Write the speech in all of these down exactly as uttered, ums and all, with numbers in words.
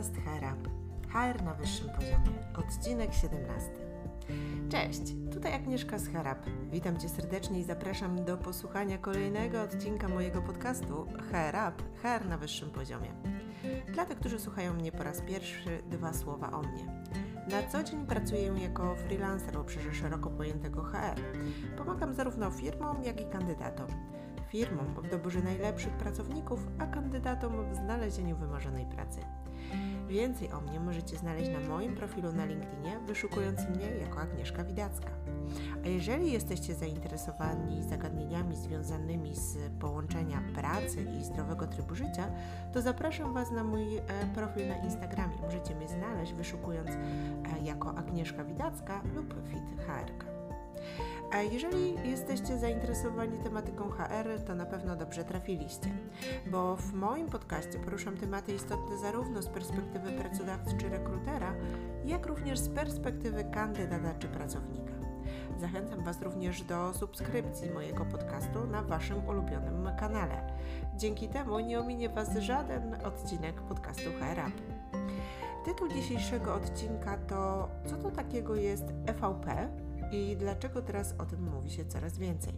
Podcast Hair Up. H R na wyższym poziomie. Odcinek siedemnasty. Cześć, tutaj Agnieszka z Hair Up. Witam Cię serdecznie i zapraszam do posłuchania kolejnego odcinka mojego podcastu Hair Up. H R na wyższym poziomie. Dla tych, którzy słuchają mnie po raz pierwszy, dwa słowa o mnie. Na co dzień pracuję jako freelancer w obszarze szeroko pojętego H R. Pomagam zarówno firmom, jak i kandydatom. Firmom w doborze najlepszych pracowników, a kandydatom w znalezieniu wymarzonej pracy. Więcej o mnie możecie znaleźć na moim profilu na LinkedInie, wyszukując mnie jako Agnieszka Widacka. A jeżeli jesteście zainteresowani zagadnieniami związanymi z połączenia pracy i zdrowego trybu życia, to zapraszam Was na mój e, profil na Instagramie. Możecie mnie znaleźć wyszukując e, jako Agnieszka Widacka lub Fit H R ka. A jeżeli jesteście zainteresowani tematyką H R, to na pewno dobrze trafiliście, bo w moim podcaście poruszam tematy istotne zarówno z perspektywy pracodawcy czy rekrutera, jak również z perspektywy kandydata czy pracownika. Zachęcam Was również do subskrypcji mojego podcastu na Waszym ulubionym kanale. Dzięki temu nie ominie Was żaden odcinek podcastu H R Up. Tytuł dzisiejszego odcinka to Co to takiego jest E V P? I dlaczego teraz o tym mówi się coraz więcej.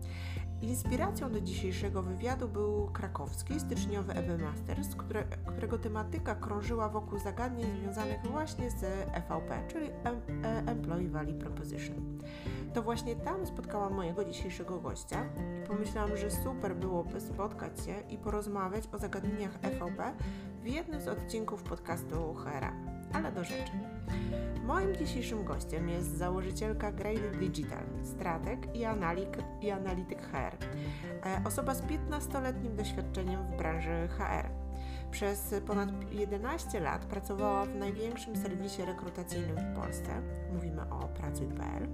Inspiracją do dzisiejszego wywiadu był krakowski styczniowy E B Masters, które, którego tematyka krążyła wokół zagadnień związanych właśnie z E V P, czyli Employee Value Proposition. To właśnie tam spotkałam mojego dzisiejszego gościa i pomyślałam, że super byłoby spotkać się i porozmawiać o zagadnieniach E V P w jednym z odcinków podcastu H R A. Ale do rzeczy. Moim dzisiejszym gościem jest założycielka Grade Digital, strateg i, analik, i analityk H R. Osoba z piętnastoletnim doświadczeniem w branży H R. Przez ponad jedenaście lat pracowała w największym serwisie rekrutacyjnym w Polsce, mówimy o pracuj kropka p l,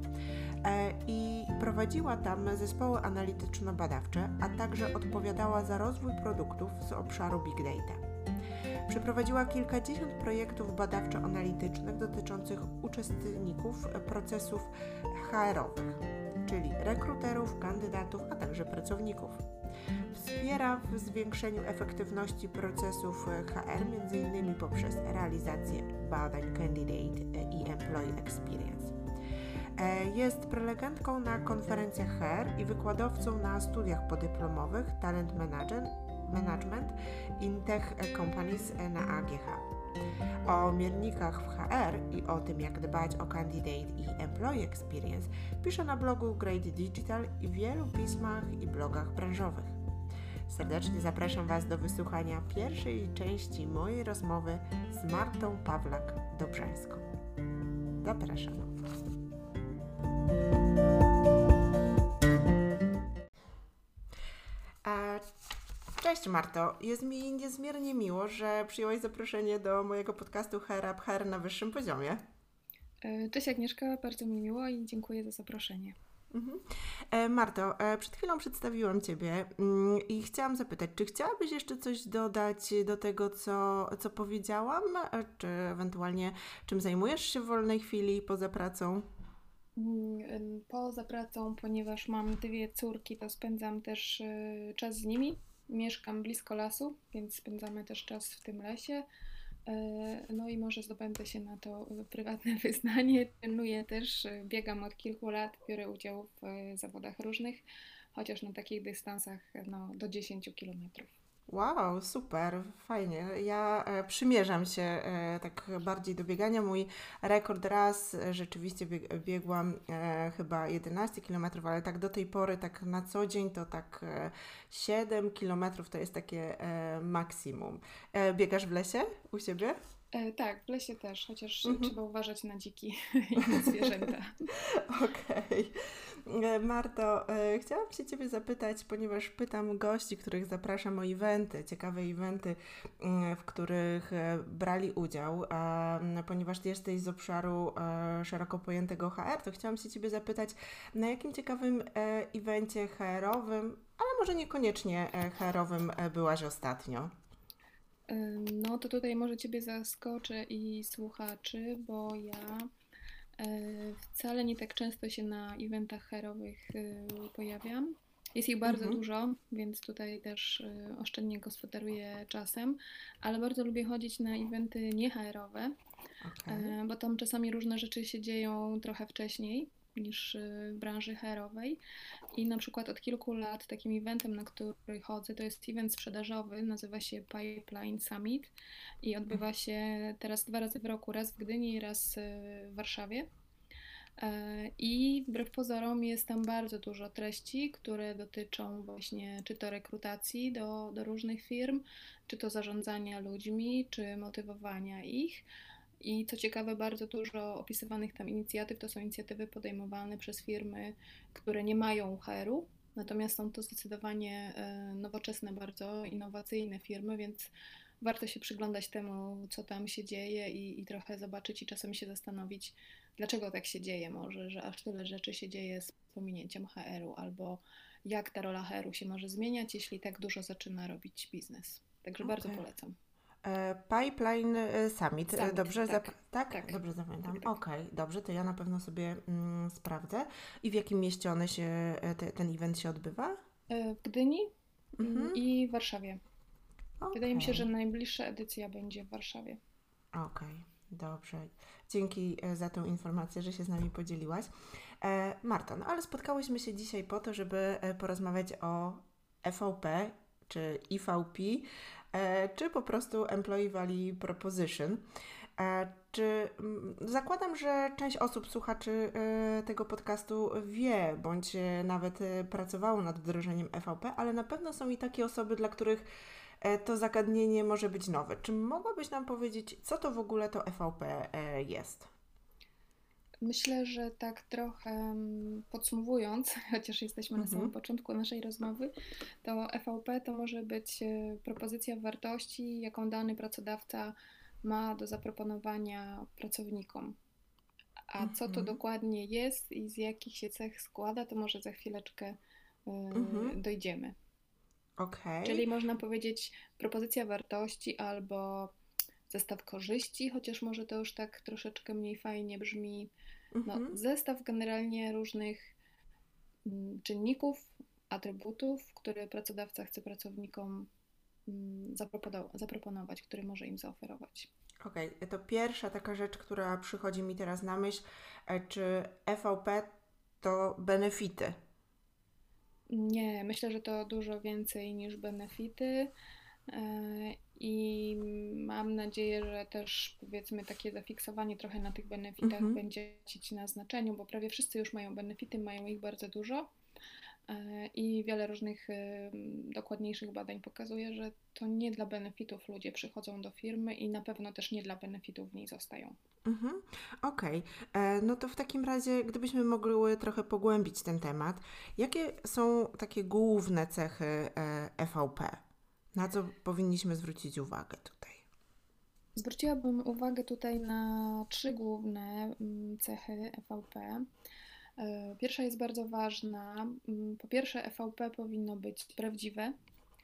i prowadziła tam zespoły analityczno-badawcze, a także odpowiadała za rozwój produktów z obszaru Big Data. Przeprowadziła kilkadziesiąt projektów badawczo-analitycznych dotyczących uczestników procesów H R owych, czyli rekruterów, kandydatów, a także pracowników. Wspiera w zwiększeniu efektywności procesów H R, między innymi poprzez realizację badań Candidate i Employee Experience. Jest prelegentką na konferencjach H R i wykładowcą na studiach podyplomowych Talent Management Management in Tech Companies na A G H. O miernikach w H R i o tym, jak dbać o Candidate i Employee Experience pisze na blogu Grade Digital i wielu pismach i blogach branżowych. Serdecznie zapraszam Was do wysłuchania pierwszej części mojej rozmowy z Martą Pawlak-Dobrzańską. Zapraszam. Cześć Marto, jest mi niezmiernie miło, że przyjęłaś zaproszenie do mojego podcastu H R Up, H R na wyższym poziomie. Cześć Agnieszka, bardzo mi miło i dziękuję za zaproszenie. Mhm. Marto, przed chwilą przedstawiłam Ciebie i chciałam zapytać, czy chciałabyś jeszcze coś dodać do tego, co, co powiedziałam, czy ewentualnie czym zajmujesz się w wolnej chwili poza pracą? Poza pracą, ponieważ mam dwie córki, to spędzam też czas z nimi. Mieszkam blisko lasu, więc spędzamy też czas w tym lesie. No i może zdobędę się na to prywatne wyznanie. Trenuję też, biegam od kilku lat, biorę udział w zawodach różnych, chociaż na takich dystansach no, do dziesięć kilometrów. Wow, super, fajnie. Ja e, przymierzam się e, tak bardziej do biegania. Mój rekord raz e, rzeczywiście bieg, biegłam e, chyba jedenaście kilometrów, ale tak do tej pory, tak na co dzień to tak e, siedem kilometrów to jest takie e, maksimum. E, biegasz w lesie u siebie? E, tak, w lesie też, chociaż Mhm. trzeba uważać na dziki i na zwierzęta. Okej. Okay. Marto, e, chciałam się Ciebie zapytać, ponieważ pytam gości, których zapraszam o eventy, ciekawe eventy, e, w których e, brali udział, a ponieważ Ty jesteś z obszaru e, szeroko pojętego H R, to chciałam się Ciebie zapytać, na jakim ciekawym e, evencie H R-owym, ale może niekoniecznie e, H R-owym e, byłaś ostatnio? No to tutaj może Ciebie zaskoczę i słuchaczy, bo ja wcale nie tak często się na eventach H R-owych pojawiam. Jest ich bardzo Mhm. dużo, więc tutaj też y, oszczędnie gospodaruję czasem, ale bardzo lubię chodzić na eventy nie H R-owe, Okej. e, bo tam czasami różne rzeczy się dzieją trochę wcześniej niż y, w branży H R-owej. I na przykład od kilku lat takim eventem, na który chodzę, to jest event sprzedażowy, nazywa się Pipeline Summit i odbywa się teraz dwa razy w roku, raz w Gdyni i raz y, w Warszawie. E, I wbrew pozorom jest tam bardzo dużo treści, które dotyczą właśnie czy to rekrutacji do, do różnych firm, czy to zarządzania ludźmi, czy motywowania ich. I co ciekawe, bardzo dużo opisywanych tam inicjatyw to są inicjatywy podejmowane przez firmy, które nie mają H R-u, natomiast są to zdecydowanie e, nowoczesne, bardzo innowacyjne firmy, więc warto się przyglądać temu, co tam się dzieje i, i trochę zobaczyć i czasem się zastanowić, dlaczego tak się dzieje może, że aż tyle rzeczy się dzieje z pominięciem H R-u, albo jak ta rola H R-u się może zmieniać, jeśli tak dużo zaczyna robić biznes. Także bardzo Okej. polecam. E, Pipeline e, Summit, e, Summit, dobrze zap- tak, tak? tak, Dobrze tak, zapamiętam. tak. Okej, dobrze, to ja na pewno sobie mm, sprawdzę. I w jakim mieście one się, e, te, ten event się odbywa? E, W Gdyni mm, Mhm. i w Warszawie. Wydaje mi się, że Okej, najbliższa edycja będzie w Warszawie. okej, dobrze. Dzięki e, za tą informację, że się z nami podzieliłaś. E, Marta, no ale spotkałyśmy się dzisiaj po to, żeby e, porozmawiać o F V P czy E V P, e, czy po prostu Employee Value Proposition. E, Czy mm, zakładam, że część osób, słuchaczy e, tego podcastu wie, bądź e, nawet e, pracowało nad wdrożeniem E V P, ale na pewno są i takie osoby, dla których e, to zagadnienie może być nowe. Czy mogłabyś nam powiedzieć, co to w ogóle to E V P e, jest? Myślę, że tak trochę mm, podsumowując, chociaż jesteśmy na samym Mhm, początku naszej rozmowy, to F V P to może być e, propozycja wartości, jaką dany pracodawca ma do zaproponowania pracownikom. A co to mhm, dokładnie jest i z jakich się cech składa, to może za chwileczkę e, mhm, dojdziemy. okej. Czyli można powiedzieć propozycja wartości albo zestaw korzyści, chociaż może to już tak troszeczkę mniej fajnie brzmi. No, Mhm, zestaw generalnie różnych mm, czynników, atrybutów, które pracodawca chce pracownikom mm, zaproponować, które może im zaoferować. okej. To pierwsza taka rzecz, która przychodzi mi teraz na myśl, e, czy E V P to benefity? Nie, myślę, że to dużo więcej niż benefity. e, I mam nadzieję, że też powiedzmy takie zafiksowanie trochę na tych benefitach Mhm. będzie mieć na znaczeniu, bo prawie wszyscy już mają benefity, mają ich bardzo dużo. E, I wiele różnych e, dokładniejszych badań pokazuje, że to nie dla benefitów ludzie przychodzą do firmy i na pewno też nie dla benefitów w niej zostają. Mhm. Okej. E, No to w takim razie, gdybyśmy mogły trochę pogłębić ten temat, jakie są takie główne cechy e, E V P? Na co powinniśmy zwrócić uwagę tutaj? Zwróciłabym uwagę tutaj na trzy główne mm, cechy E V P. E, Pierwsza jest bardzo ważna. Mm, Po pierwsze, E V P powinno być prawdziwe,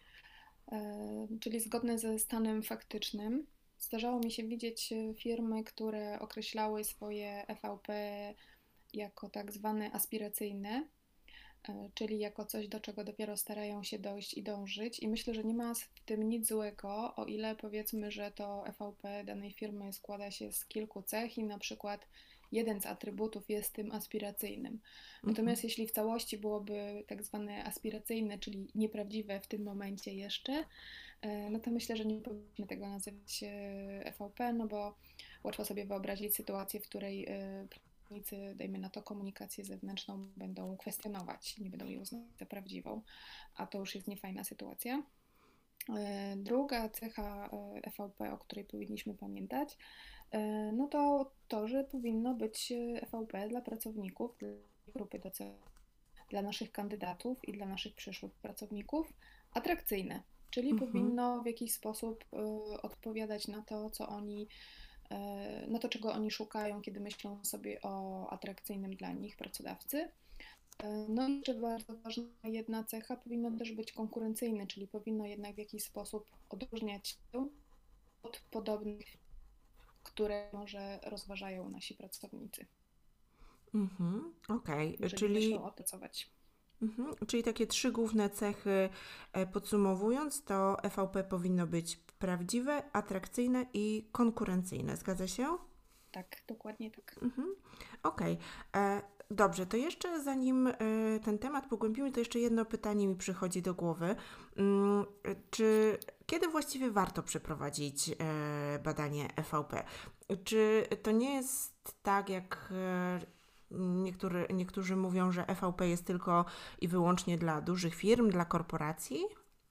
e, czyli zgodne ze stanem faktycznym. Zdarzało mi się widzieć e, firmy, które określały swoje E V P jako tak zwane aspiracyjne, e, czyli jako coś, do czego dopiero starają się dojść i dążyć. I myślę, że nie ma w tym nic złego, o ile powiedzmy, że to E V P danej firmy składa się z kilku cech i na przykład jeden z atrybutów jest tym aspiracyjnym. Mhm. Natomiast jeśli w całości byłoby tak zwane aspiracyjne, czyli nieprawdziwe w tym momencie jeszcze, e, no to myślę, że nie powinniśmy tego nazywać e, E V P, no bo łatwo sobie wyobrazić sytuację, w której e, pracownicy, dajmy na to, komunikację zewnętrzną będą kwestionować, nie będą jej uznawać za prawdziwą, a to już jest niefajna sytuacja. E, Druga cecha e, E V P, o której powinniśmy pamiętać, e, no to to, że powinno być E V P dla pracowników, dla grupy docelowej, dla naszych kandydatów i dla naszych przyszłych pracowników atrakcyjne, czyli Mhm. powinno w jakiś sposób e, odpowiadać na to, co oni no to, czego oni szukają, kiedy myślą sobie o atrakcyjnym dla nich pracodawcy. No i jeszcze bardzo ważna jedna cecha, powinno też być konkurencyjne, czyli powinno jednak w jakiś sposób odróżniać się od podobnych, które może rozważają nasi pracownicy, Mhm. Okej. jeżeli myślą Czyli o pracować. Mhm. Czyli takie trzy główne cechy, e, podsumowując, to F V P powinno być prawdziwe, atrakcyjne i konkurencyjne. Zgadza się? Tak, dokładnie tak. Mhm. Okej. E, Dobrze, to jeszcze zanim e, ten temat pogłębimy, to jeszcze jedno pytanie mi przychodzi do głowy. Mm, Czy kiedy właściwie warto przeprowadzić e, badanie F V P? Czy to nie jest tak, jak e, niektóry, niektórzy mówią, że F V P jest tylko i wyłącznie dla dużych firm, dla korporacji?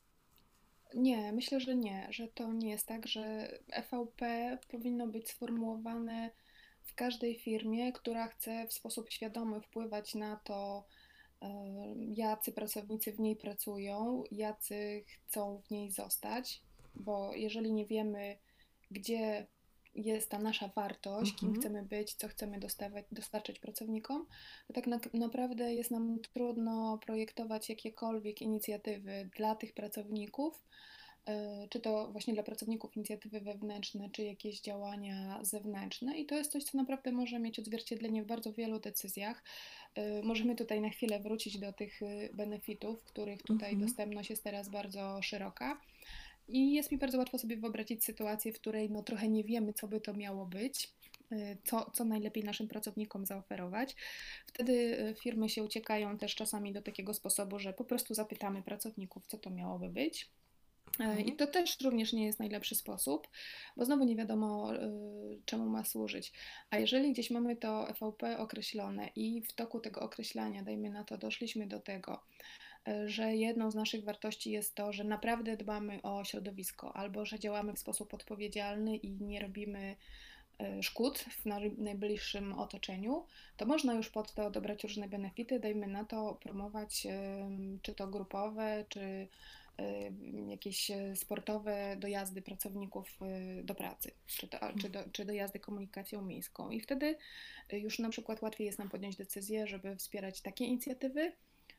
Nie, myślę, że nie, że to nie jest tak, że F V P powinno być sformułowane w każdej firmie, która chce w sposób świadomy wpływać na to, e, jacy pracownicy w niej pracują, jacy chcą w niej zostać, bo jeżeli nie wiemy, gdzie jest ta nasza wartość, kim Mhm. chcemy być, co chcemy dostawać, dostarczyć pracownikom, to tak na, naprawdę jest nam trudno projektować jakiekolwiek inicjatywy dla tych pracowników, e, czy to właśnie dla pracowników inicjatywy wewnętrzne, czy jakieś działania zewnętrzne. I to jest coś, co naprawdę może mieć odzwierciedlenie w bardzo wielu decyzjach. E, Możemy tutaj na chwilę wrócić do tych e, benefitów, których tutaj Mhm. dostępność jest teraz bardzo szeroka. I jest mi bardzo łatwo sobie wyobrazić sytuację, w której no trochę nie wiemy, co by to miało być, y, co, co najlepiej naszym pracownikom zaoferować. Wtedy y, firmy się uciekają też czasami do takiego sposobu, że po prostu zapytamy pracowników, co to miałoby być. Y, I Okej. to też również nie jest najlepszy sposób, bo znowu nie wiadomo, y, czemu ma służyć. A jeżeli gdzieś mamy to F V P określone i w toku tego określania, dajmy na to, doszliśmy do tego, że jedną z naszych wartości jest to, że naprawdę dbamy o środowisko, albo że działamy w sposób odpowiedzialny i nie robimy e, szkód w najbliższym otoczeniu, to można już pod to dobrać różne benefity, dajmy na to promować czy to grupowe, czy e, jakieś e, sportowe dojazdy pracowników e, do pracy, czy, to, czy, do, czy dojazdy komunikacją miejską. I wtedy już na przykład łatwiej jest nam podjąć decyzję, żeby wspierać takie inicjatywy,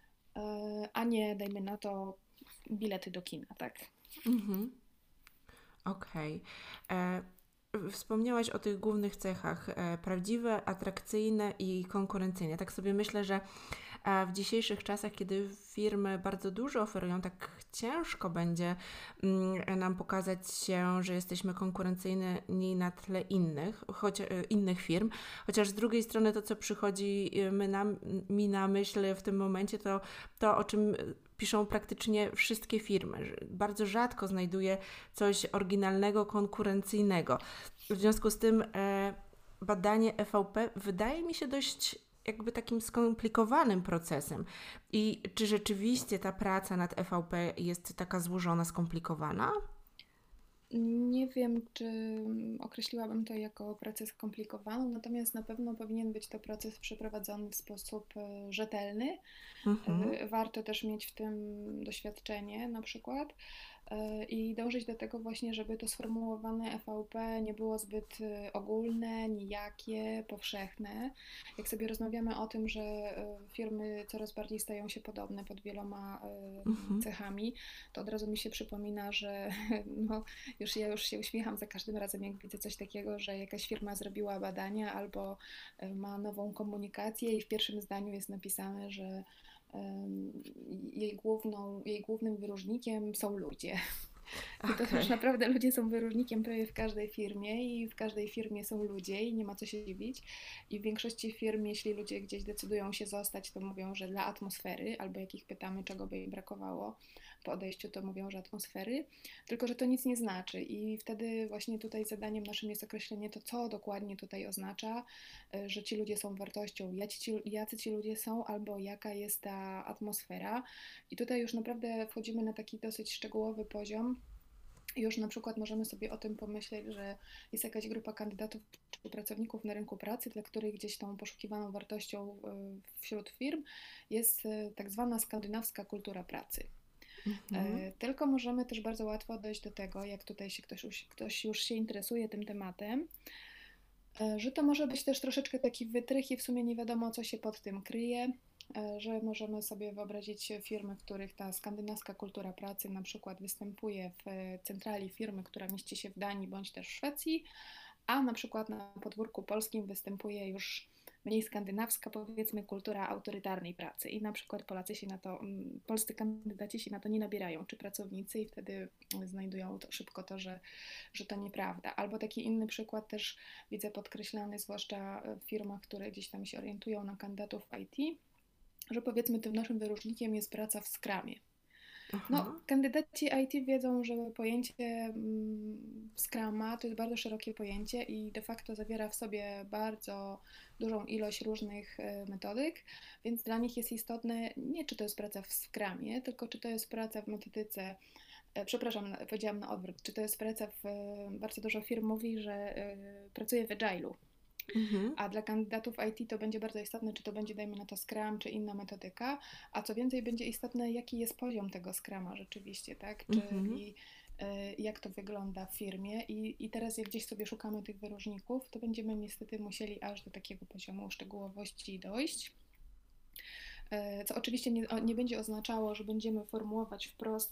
e, a nie, dajmy na to, bilety do kina, tak? Mhm. Okej. E, Wspomniałaś o tych głównych cechach, e, prawdziwe, atrakcyjne i konkurencyjne. Tak sobie myślę, że e, w dzisiejszych czasach, kiedy firmy bardzo dużo oferują, tak ciężko będzie mm, nam pokazać się, że jesteśmy konkurencyjni na tle innych, choć, e, innych firm. Chociaż z drugiej strony to, co przychodzi e, my na, mi na myśl w tym momencie, to to, o czym piszą praktycznie wszystkie firmy. Że bardzo rzadko znajduję coś oryginalnego, konkurencyjnego. W związku z tym e, badanie F V P wydaje mi się dość jakby takim skomplikowanym procesem. I czy rzeczywiście ta praca nad F V P jest taka złożona, skomplikowana? Nie wiem, czy określiłabym to jako pracę skomplikowaną, natomiast na pewno powinien być to proces przeprowadzony w sposób e, rzetelny. Mhm. E, Warto też mieć w tym doświadczenie na przykład e, i dążyć do tego właśnie, żeby to sformułowane F V P nie było zbyt e, ogólne, nijakie, powszechne. Jak sobie rozmawiamy o tym, że e, firmy coraz bardziej stają się podobne pod wieloma e, Mhm. cechami, to od razu mi się przypomina, że no, już ja już się uśmiecham za każdym razem, jak widzę coś takiego, że jakaś firma zrobiła badania albo e, ma nową komunikację i w pierwszym zdaniu jest napisane, że em, jej, główną, jej głównym wyróżnikiem są ludzie. I to już Okej. naprawdę ludzie są wyróżnikiem prawie w każdej firmie i w każdej firmie są ludzie i nie ma co się dziwić. I w większości firm, jeśli ludzie gdzieś decydują się zostać, to mówią, że dla atmosfery, albo jak ich pytamy, czego by im brakowało po odejściu, to mówią, że atmosfery, tylko że to nic nie znaczy. I wtedy właśnie tutaj zadaniem naszym jest określenie to, co dokładnie tutaj oznacza, e, że ci ludzie są wartością, jacy ci, jacy ci ludzie są, albo jaka jest ta atmosfera. I tutaj już naprawdę wchodzimy na taki dosyć szczegółowy poziom. Już na przykład możemy sobie o tym pomyśleć, że jest jakaś grupa kandydatów czy pracowników na rynku pracy, dla których gdzieś tą poszukiwaną wartością y, wśród firm jest y, tak zwana skandynawska kultura pracy. Mhm. E, Tylko możemy też bardzo łatwo dojść do tego, jak tutaj się ktoś, już- ktoś już się interesuje tym tematem, e, że to może być też troszeczkę taki wytrych i w sumie nie wiadomo, co się pod tym kryje, e, że możemy sobie wyobrazić firmy, w których ta skandynawska kultura pracy na przykład występuje w centrali firmy, która mieści się w Danii bądź też w Szwecji, a na przykład na podwórku polskim występuje już mniej skandynawska, powiedzmy, kultura autorytarnej pracy i na przykład Polacy się na to, polscy kandydaci się na to nie nabierają, czy pracownicy, i wtedy znajdują to szybko to, że, że to nieprawda. Albo taki inny przykład też widzę podkreślany, zwłaszcza w firmach, które gdzieś tam się orientują na kandydatów I T, że powiedzmy tym naszym wyróżnikiem jest praca w Scrumie. No, Aha. kandydaci I T wiedzą, że pojęcie mm, Scruma to jest bardzo szerokie pojęcie i de facto zawiera w sobie bardzo dużą ilość różnych e, metodyk, więc dla nich jest istotne nie, czy to jest praca w Scrumie, tylko czy to jest praca w metodyce, e, przepraszam, na- powiedziałam na odwrót, czy to jest praca w, e, bardzo dużo firm mówi, że e, pracuje w Agile'u. Mhm. A dla kandydatów I T to będzie bardzo istotne, czy to będzie, dajmy na to, Scrum, czy inna metodyka, a co więcej będzie istotne, jaki jest poziom tego Scruma rzeczywiście, tak? Mhm. Czyli y, jak to wygląda w firmie i, i teraz jak gdzieś sobie szukamy tych wyróżników, to będziemy niestety musieli aż do takiego poziomu szczegółowości dojść. Y, Co oczywiście nie, nie będzie oznaczało, że będziemy formułować wprost,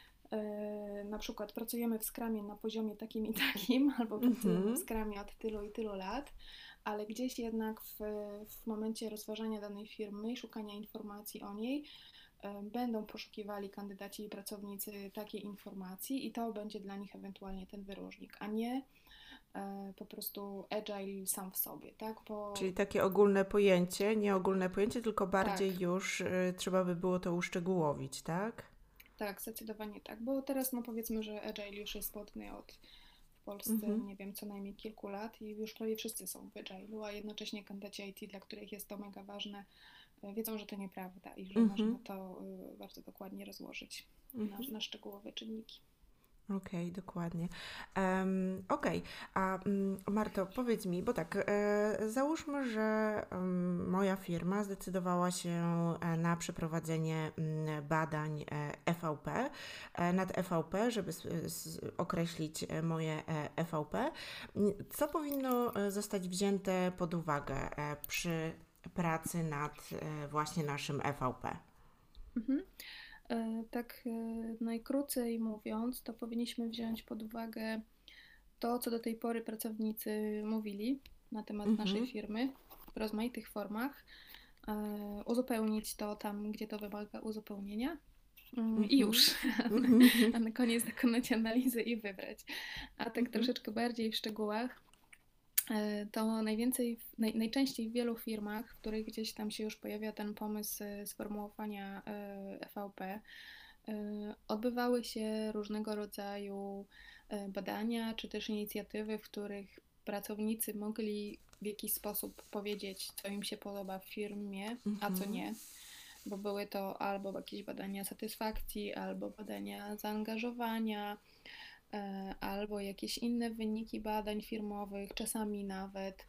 y, na przykład pracujemy w Scrumie na poziomie takim i takim, albo pracujemy w Mhm. Scrumie od tylu i tylu lat, ale gdzieś jednak w, w momencie rozważania danej firmy i szukania informacji o niej e, będą poszukiwali kandydaci i pracownicy takiej informacji i to będzie dla nich ewentualnie ten wyróżnik, a nie e, po prostu agile sam w sobie, tak? Bo Czyli takie ogólne pojęcie, nie ogólne pojęcie, tylko bardziej tak, już y, trzeba by było to uszczegółowić, tak? tak, zdecydowanie tak, bo teraz no powiedzmy, że agile już jest modny od w Polsce, Mhm. nie wiem, co najmniej kilku lat i już prawie wszyscy są w agile'u, a jednocześnie kandydaci I T, dla których jest to mega ważne, wiedzą, że to nieprawda i że można Mhm. to y, bardzo dokładnie rozłożyć na, Mhm. na szczegółowe czynniki. Okej, dokładnie. Em, okej, a mm, Marto, powiedz mi, bo tak, e, załóżmy, że em, moja firma zdecydowała się e, na przeprowadzenie mm, badań e, F V P, e, nad F V P, żeby s- s- określić e, moje e, F V P. Mm, Co powinno e, zostać wzięte pod uwagę e, przy pracy nad e, właśnie naszym F V P? Mhm. E, Tak e, najkrócej mówiąc, to powinniśmy wziąć pod uwagę to, co do tej pory pracownicy mówili na temat naszej Mhm. firmy w rozmaitych formach, e, uzupełnić to tam, gdzie to wymaga uzupełnienia. Mm, I Mhm. już. Mhm. A na koniec dokonać analizy i wybrać. A tak Mhm. troszeczkę bardziej w szczegółach, e, to najwięcej, naj, najczęściej w wielu firmach, w których gdzieś tam się już pojawia ten pomysł e, sformułowania e, F V P, e, odbywały się różnego rodzaju e, badania, czy też inicjatywy, w których pracownicy mogli w jakiś sposób powiedzieć, co im się podoba w firmie, a co Mhm. nie, bo były to albo jakieś badania satysfakcji, albo badania zaangażowania, e, albo jakieś inne wyniki badań firmowych, czasami nawet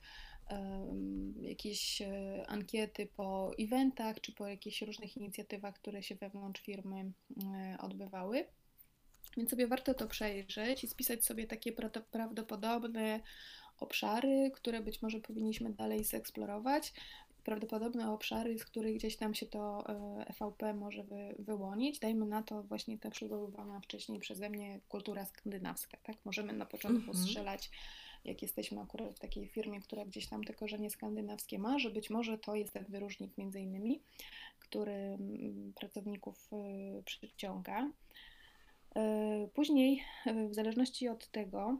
em, jakieś e, ankiety po eventach, czy po jakichś różnych inicjatywach, które się wewnątrz firmy e, odbywały. Więc sobie warto to przejrzeć i spisać sobie takie pra- prawdopodobne obszary, które być może powinniśmy dalej zeksplorować, prawdopodobne obszary, z których gdzieś tam się to e, F V P może wy, wyłonić. Dajmy na to właśnie ta przywoływana wcześniej przeze mnie kultura skandynawska. Tak? Możemy na początku Mhm. strzelać, jak jesteśmy akurat w takiej firmie, która gdzieś tam te korzenie skandynawskie ma, że być może to jest ten wyróżnik między innymi, który mm, pracowników y, przyciąga. Y, Później, y, w zależności od tego,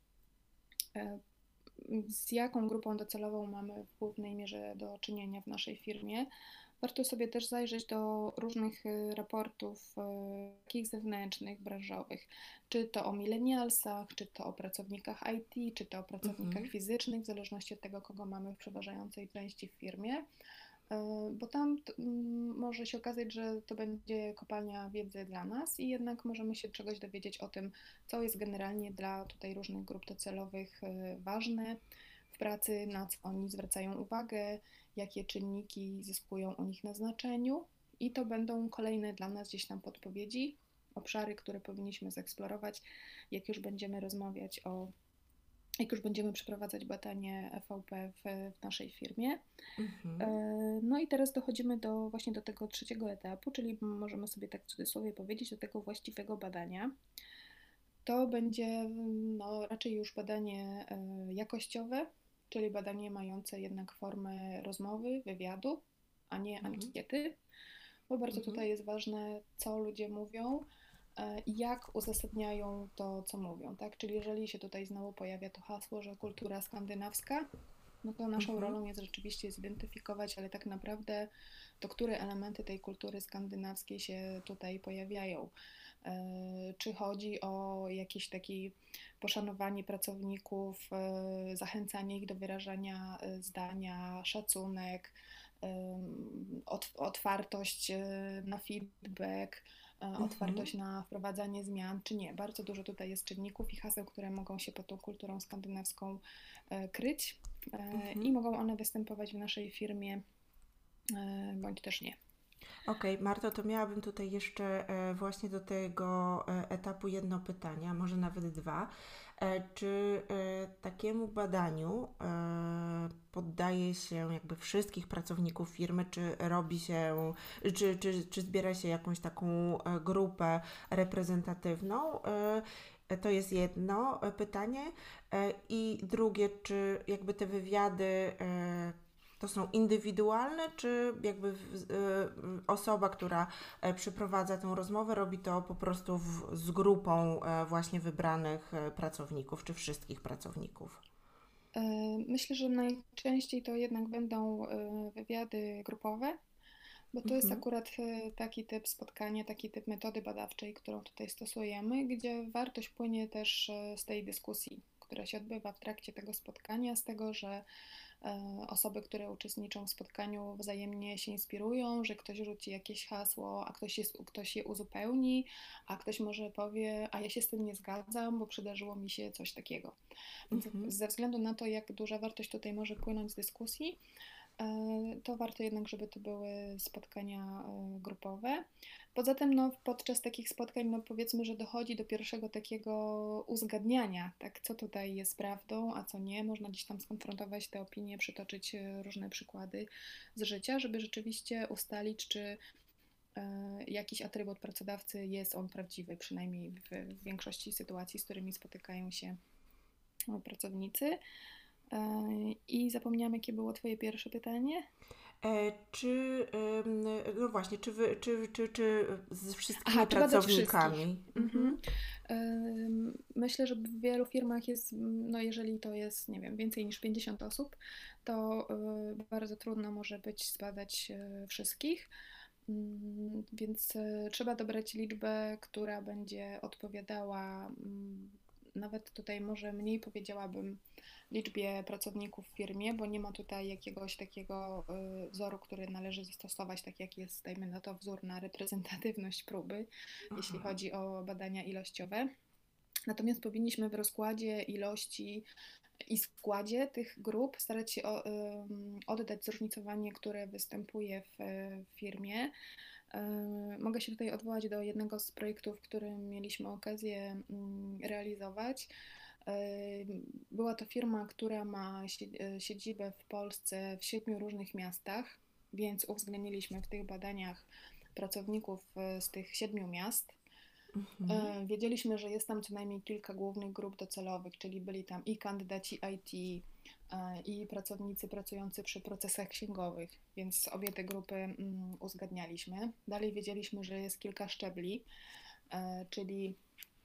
y, z jaką grupą docelową mamy w głównej mierze do czynienia w naszej firmie. Warto sobie też zajrzeć do różnych y, raportów y, takich zewnętrznych, branżowych, czy to o millennialsach, czy to o pracownikach I T, czy to o pracownikach Mhm. fizycznych, w zależności od tego, kogo mamy w przeważającej części w firmie. E, Bo tam t- m, może się okazać, że to będzie kopalnia wiedzy dla nas i jednak możemy się czegoś dowiedzieć o tym, co jest generalnie dla tutaj różnych grup docelowych e, ważne w pracy, na co oni zwracają uwagę, jakie czynniki zyskują u nich na znaczeniu i to będą kolejne dla nas gdzieś tam podpowiedzi, obszary, które powinniśmy zeksplorować, jak już będziemy rozmawiać o, jak już będziemy przeprowadzać badanie F V P w, w naszej firmie. E, Mhm. No i teraz dochodzimy do właśnie do tego trzeciego etapu, czyli możemy sobie tak w cudzysłowie powiedzieć, do tego właściwego badania. to będzie no, raczej już badanie jakościowe, czyli badanie mające jednak formę rozmowy, wywiadu, a nie Mhm. ankiety, bo bardzo Mhm. tutaj jest ważne, co ludzie mówią i jak uzasadniają to, co mówią, tak? Czyli jeżeli się tutaj znowu pojawia to hasło, że kultura skandynawska, no to naszą Mhm. rolą jest rzeczywiście zidentyfikować, ale tak naprawdę to które elementy tej kultury skandynawskiej się tutaj pojawiają. Czy chodzi o jakieś takie poszanowanie pracowników, zachęcanie ich do wyrażania zdania, szacunek, otwartość na feedback, Mhm. otwartość na wprowadzanie zmian, czy nie. Bardzo dużo tutaj jest czynników i haseł, które mogą się pod tą kulturą skandynawską kryć Mhm. i mogą one występować w naszej firmie, bądź też nie. Okej, okay, Marto, to miałabym tutaj jeszcze właśnie do tego etapu jedno pytanie, a może nawet dwa. Czy takiemu badaniu poddaje się jakby wszystkich pracowników firmy, czy robi się, czy, czy, czy zbiera się jakąś taką grupę reprezentatywną? To jest jedno pytanie. I drugie, czy jakby te wywiady to są indywidualne, czy jakby y, osoba, która przeprowadza tę rozmowę, robi to po prostu w, z grupą właśnie wybranych pracowników, czy wszystkich pracowników? Myślę, że najczęściej to jednak będą wywiady grupowe, bo to jest Mhm. akurat taki typ spotkania, taki typ metody badawczej, którą tutaj stosujemy, gdzie wartość płynie też z tej dyskusji, która się odbywa w trakcie tego spotkania, z tego, że osoby, które uczestniczą w spotkaniu, wzajemnie się inspirują, że ktoś rzuci jakieś hasło, a ktoś, jest, ktoś je uzupełni, a ktoś może powie, a ja się z tym nie zgadzam, bo przydarzyło mi się coś takiego. Więc Mhm. ze względu na to, jak duża wartość tutaj może płynąć z dyskusji, to warto jednak, żeby to były spotkania grupowe. Poza tym no, podczas takich spotkań no, powiedzmy, że dochodzi do pierwszego takiego uzgadniania, tak, co tutaj jest prawdą, a co nie. Można gdzieś tam skonfrontować te opinie, przytoczyć różne przykłady z życia, żeby rzeczywiście ustalić, czy jakiś atrybut pracodawcy jest on prawdziwy, przynajmniej w, w większości sytuacji, z którymi spotykają się pracownicy. I zapomniałam, jakie było Twoje pierwsze pytanie? E, czy, no właśnie, czy, wy, czy, czy, czy z wszystkimi Aha, czy badać wszystkich? pracownikami? Mhm. Mhm. Myślę, że w wielu firmach jest, no jeżeli to jest, nie wiem, więcej niż pięćdziesiąt osób, to bardzo trudno może być zbadać wszystkich, więc trzeba dobrać liczbę, która będzie odpowiadała, nawet tutaj może mniej powiedziałabym, liczbie pracowników w firmie, bo nie ma tutaj jakiegoś takiego wzoru, który należy zastosować, tak jak jest, dajmy na to, wzór na reprezentatywność próby, Aha. jeśli chodzi o badania ilościowe. Natomiast powinniśmy w rozkładzie ilości i składzie tych grup starać się o, um, oddać zróżnicowanie, które występuje w, w firmie. Mogę się tutaj odwołać do jednego z projektów, który mieliśmy okazję realizować. Była to firma, która ma siedzibę w Polsce w siedmiu różnych miastach, więc uwzględniliśmy w tych badaniach pracowników z tych siedmiu miast. Mhm. Wiedzieliśmy, że jest tam co najmniej kilka głównych grup docelowych, czyli byli tam i kandydaci I T, i pracownicy pracujący przy procesach księgowych, więc obie te grupy uzgadnialiśmy. Dalej wiedzieliśmy, że jest kilka szczebli, czyli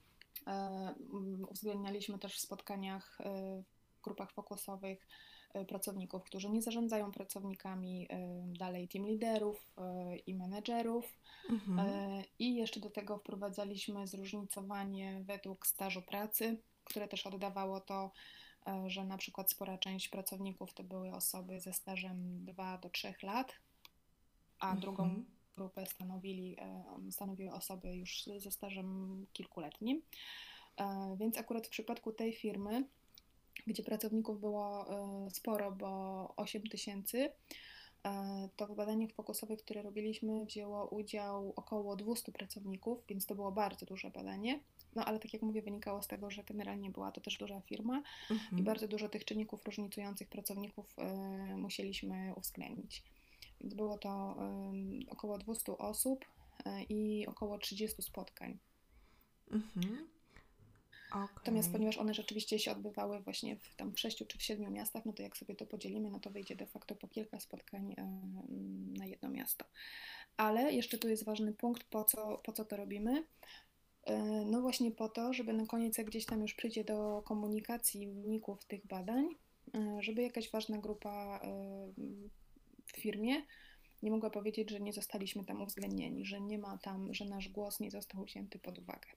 uwzględnialiśmy też w spotkaniach, w grupach fokusowych pracowników, którzy nie zarządzają pracownikami, dalej team liderów i menedżerów. Mhm. I jeszcze do tego wprowadzaliśmy zróżnicowanie według stażu pracy, które też oddawało to, że na przykład spora część pracowników to były osoby ze stażem dwa do trzech lat, a drugą Mhm. grupę stanowili, stanowiły osoby już ze stażem kilkuletnim. Więc akurat w przypadku tej firmy, gdzie pracowników było sporo, bo osiem tysięcy, to w badaniach fokusowych, które robiliśmy, wzięło udział około dwieście pracowników, więc to było bardzo duże badanie. No ale tak jak mówię, wynikało z tego, że generalnie była to też duża firma i Mhm. bardzo dużo tych czynników różnicujących pracowników musieliśmy uwzględnić. Więc było to około dwieście osób i około trzydzieści spotkań. Mhm. Natomiast Okej. ponieważ one rzeczywiście się odbywały właśnie w tam w sześciu czy w siedmiu miastach, no to jak sobie to podzielimy, no to wyjdzie de facto po kilka spotkań e, na jedno miasto. Ale jeszcze tu jest ważny punkt, po co, po co to robimy. E, No właśnie po to, żeby na koniec, jak gdzieś tam już przyjdzie do komunikacji wyników tych badań, e, żeby jakaś ważna grupa e, w firmie nie mogła powiedzieć, że nie zostaliśmy tam uwzględnieni, że nie ma tam, że nasz głos nie został wzięty pod uwagę.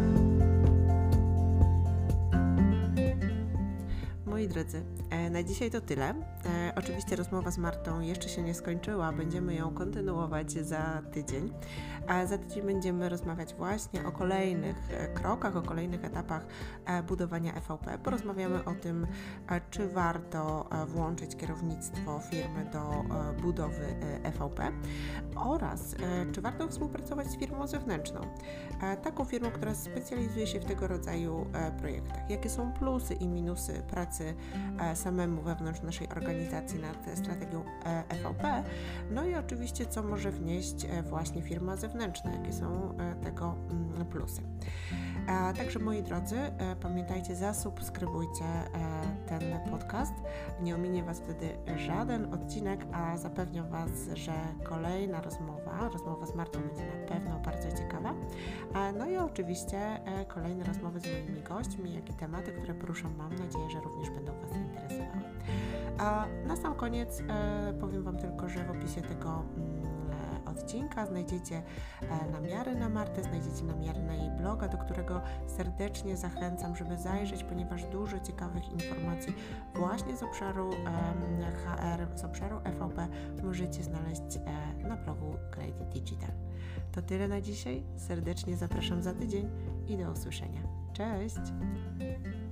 Moi drodzy, e, na dzisiaj to tyle. E, oczywiście rozmowa z Martą jeszcze się nie skończyła, będziemy ją kontynuować za tydzień. A za tydzień będziemy rozmawiać właśnie o kolejnych e, krokach, o kolejnych etapach e, budowania E V P. Porozmawiamy o tym, e, czy warto e, włączyć kierownictwo firmy do e, budowy e, E V P oraz e, czy warto współpracować z firmą zewnętrzną, e, taką firmą, która specjalizuje się w tego rodzaju e, projektach. Jakie są plusy i minusy pracy e, samemu wewnątrz naszej organizacji nad strategią e, E V P, no i oczywiście co może wnieść e, właśnie firma zewnętrzna, jakie są e, tego mm, plusy. E, także moi drodzy, e, pamiętajcie, zasubskrybujcie e, ten podcast, nie ominie Was wtedy żaden odcinek, a zapewniam Was, że kolejna rozmowa, rozmowa z Martą będzie na pewno bardzo ciekawa. E, no i oczywiście e, kolejne rozmowy z moimi gośćmi, jak i tematy, które poruszam, mam nadzieję, że również będą Was interesowały. A na sam koniec e, powiem Wam tylko, że w opisie tego mm, odcinka znajdziecie e, namiary na Martę, znajdziecie namiary na jej bloga, do którego serdecznie zachęcam, żeby zajrzeć, ponieważ dużo ciekawych informacji właśnie z obszaru e, H R, z obszaru E V P możecie znaleźć e, na blogu Great Digital. To tyle na dzisiaj. Serdecznie zapraszam za tydzień i do usłyszenia. Cześć!